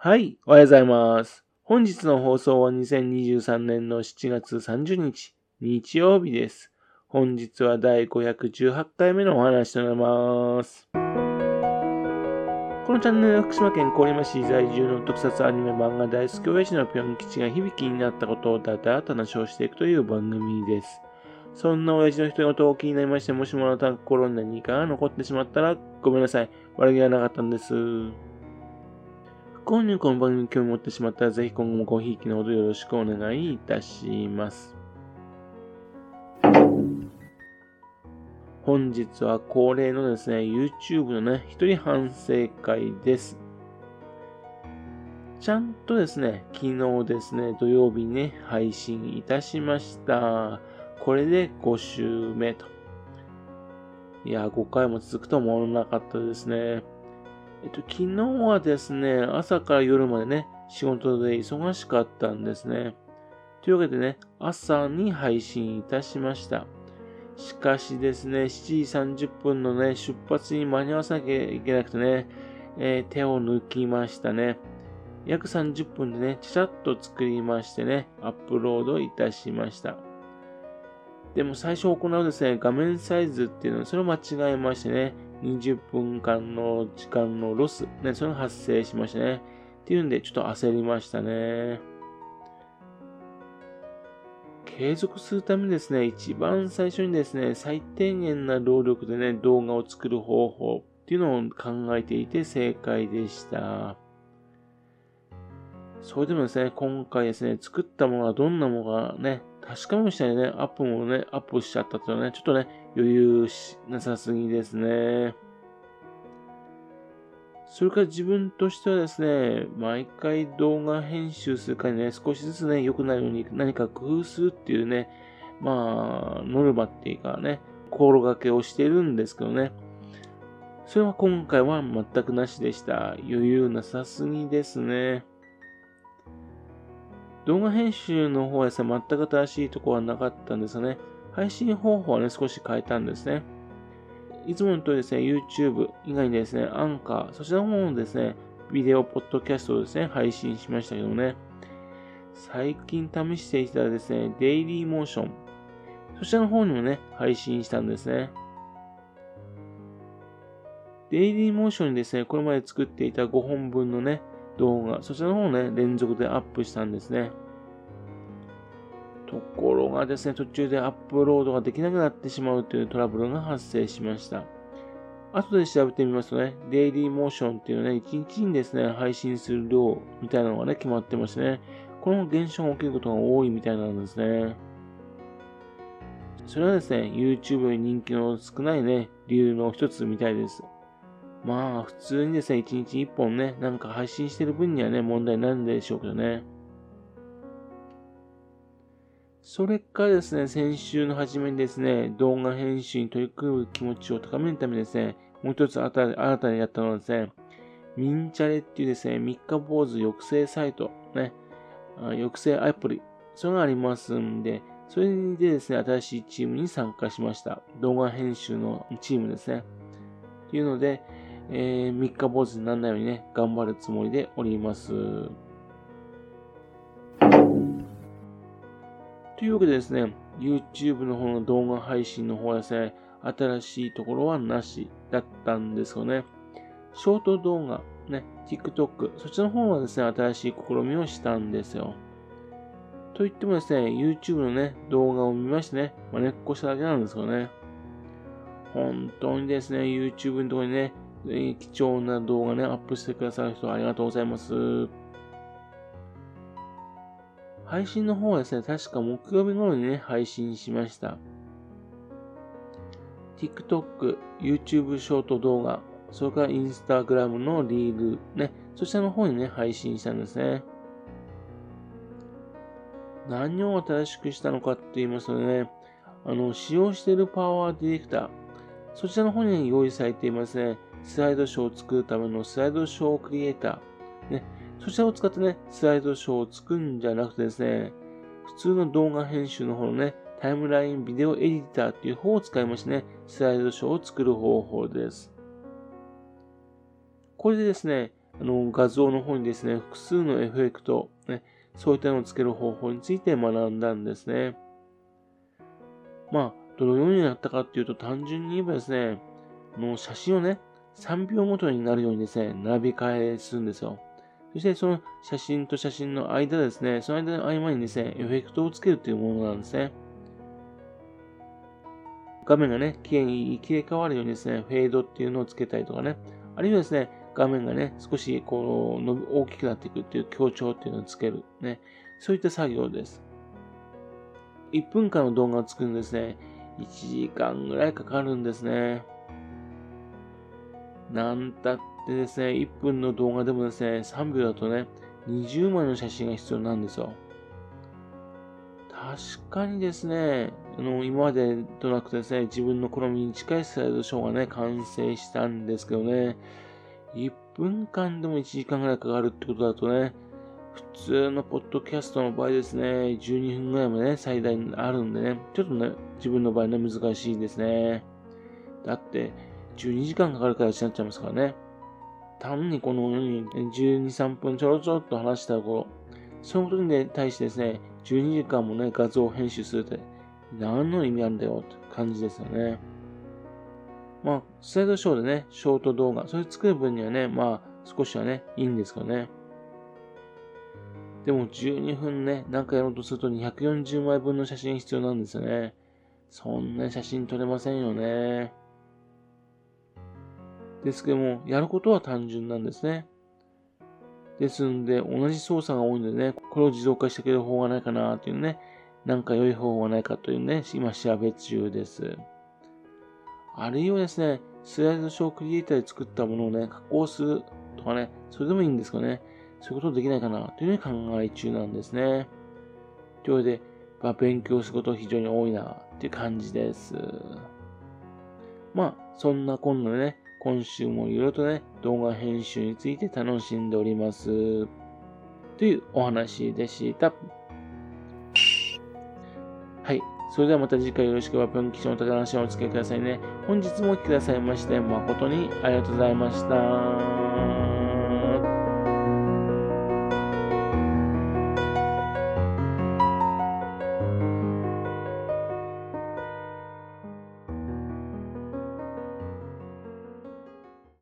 はい、おはようございます。本日の放送は2023年の7月30日、日曜日です。本日は第518回目のお話となります。このチャンネルは福島県郡山市在住の特撮アニメ漫画大好き親父のぴょん吉が響きになったことをだだと話をしていくという番組です。そんな親父の人事を気になりまして、もしもあなたの心に何かが残ってしまったらごめんなさい。悪気はなかったんです。今後この番組に興味を持ってしまったら、ぜひ今後もごひいきのほどよろしくお願いいたします。本日は恒例のですね、YouTube の一人反省会です。ちゃんとですね、昨日ですね、土曜日にね、配信いたしました。これで5週目と。いや、5回も続くと思わなかったですね。昨日はですね、朝から夜までね、仕事で忙しかったんですね。というわけでね、朝に配信いたしました。しかしですね、7時30分のね、出発に間に合わせなきゃいけなくてね、手を抜きましたね。約30分でね、ちゃっと作りましてね、アップロードいたしました。でも最初行うですね、画面サイズっていうのは、それを間違えましてね、20分間の時間のロス、ね、それが発生しましたね。っていうんで、ちょっと焦りましたね。継続するためにですね、一番最初にですね、最低限な労力でね、動画を作る方法っていうのを考えていて正解でした。それでもですね、今回ですね、作ったものがどんなものがね、確かめもしたりね、アップしちゃったというのはね、ちょっとね、余裕なさすぎですね。それから自分としてはですね、毎回動画編集するからね、少しずつね、良くなるように何か工夫するっていうね、ノルマっていうかね、心がけをしているんですけどね。それは今回は全くなしでした。余裕なさすぎですね。動画編集の方はですね、全く新しいところはなかったんですよね。配信方法はね、少し変えたんですね。いつもの通りですね、YouTube 以外にですね、アンカー、そちらの方もですね、ビデオ、ポッドキャストをですね、配信しましたけどね、最近試していたですね、デイリーモーション、そちらの方にもね、配信したんですね。デイリーモーションにですね、これまで作っていた5本分のね、動画、そちらの方をね、連続でアップしたんですね。ところがですね、途中でアップロードができなくなってしまうというトラブルが発生しました。後で調べてみますとね、デイリーモーションっていうね、1日にですね、配信する量みたいなのがね、決まってましてね、この現象が起きることが多いみたいなんですね。それはですね、YouTube に人気の少ないね、理由の一つみたいです。普通にですね、1日1本ね、なんか配信してる分にはね、問題ないんでしょうけどね。それからですね、先週の初めにですね、動画編集に取り組む気持ちを高めるためにですね、もう一つ新たにやったのはですね、ミンチャレっていうですね、三日坊主抑制サイト、ね、抑制アプリ、それがありますんで、それでですね、新しいチームに参加しました。動画編集のチームですね。っていうので、三日坊主にならないようにね、頑張るつもりでおります。というわけでですね、YouTube の方の動画配信の方はですね、新しいところはなしだったんですよね。ショート動画、ね、TikTok、そっちの方はですね、新しい試みをしたんですよ。と言ってもですね、YouTube のね、動画を見ましてね、真似っこしただけなんですよね。本当にですね、YouTube のところにね、貴重な動画ね、アップしてくださる人ありがとうございます。配信の方はですね、確か木曜日頃にね、配信しました。TikTok、YouTube ショート動画、それから Instagram のリール、ね、そちらの方にね、配信したんですね。何を新しくしたのかって言いますとね、使用しているパワーディレクター、そちらの方に用意されていますね、スライドショーを作るためのスライドショークリエイター、ね、そちらを使ってね、スライドショーを作るんじゃなくてですね、普通の動画編集の方のね、タイムラインビデオエディターっていう方を使いましてね、スライドショーを作る方法です。これでですね、 画像の方にですね、複数のエフェクト、ね、そういったのをつける方法について学んだんですね。どのようになったかっていうと、単純に言えばですね、写真をね、3秒ごとになるようにですね、並び替えするんですよ。そしてその写真と写真の間ですね、その間の合間にですね、エフェクトをつけるというものなんですね。画面がね、綺麗に切り替わるようにですね、フェードっていうのをつけたりとかね、あるいはですね、画面がね、少し大きくなっていくっていう強調っていうのをつける。ね、そういった作業です。1分間の動画を作るんですね、1時間ぐらいかかるんですね。なんたってですね、1分の動画でもですね、3秒だとね、20枚の写真が必要なんですよ。確かにですね、今までとなくてですね、自分の好みに近いスライドショーがね、完成したんですけどね、1分間でも1時間ぐらいかかるってことだとね、普通のポッドキャストの場合ですね、12分ぐらいまでね、最大にあるんでね、ちょっとね、自分の場合ね、難しいですね。だって、12時間かかる形になっちゃいますからね。単にこの12、3分ちょろちょろっと話したところ、そのことに対してですね、12時間もね、画像を編集するって、何の意味あるんだよって感じですよね。スライドショーでね、ショート動画、それ作る分にはね、少しはね、いいんですけどね。でも12分ね、なんかやろうとすると240枚分の写真必要なんですよね。そんな写真撮れませんよね。ですけども、やることは単純なんですね。ですんで、同じ操作が多いのでね、これを自動化してくれる方がないかなというね、なんか良い方法がないかというね、今調べ中です。あるいはですね、スライドショークリエイターで作ったものをね、加工するとかね、それでもいいんですかね。そういうことできないかなというふうに考え中なんですね。というわけで、勉強すること非常に多いなっていう感じです。そんなこんなでね、今週もいろいろとね、動画編集について楽しんでおります。というお話でした。はい。それではまた次回よろしければ、ぴょん吉の高話をお付けくださいね。本日もお聴きくださいまして、誠にありがとうございました。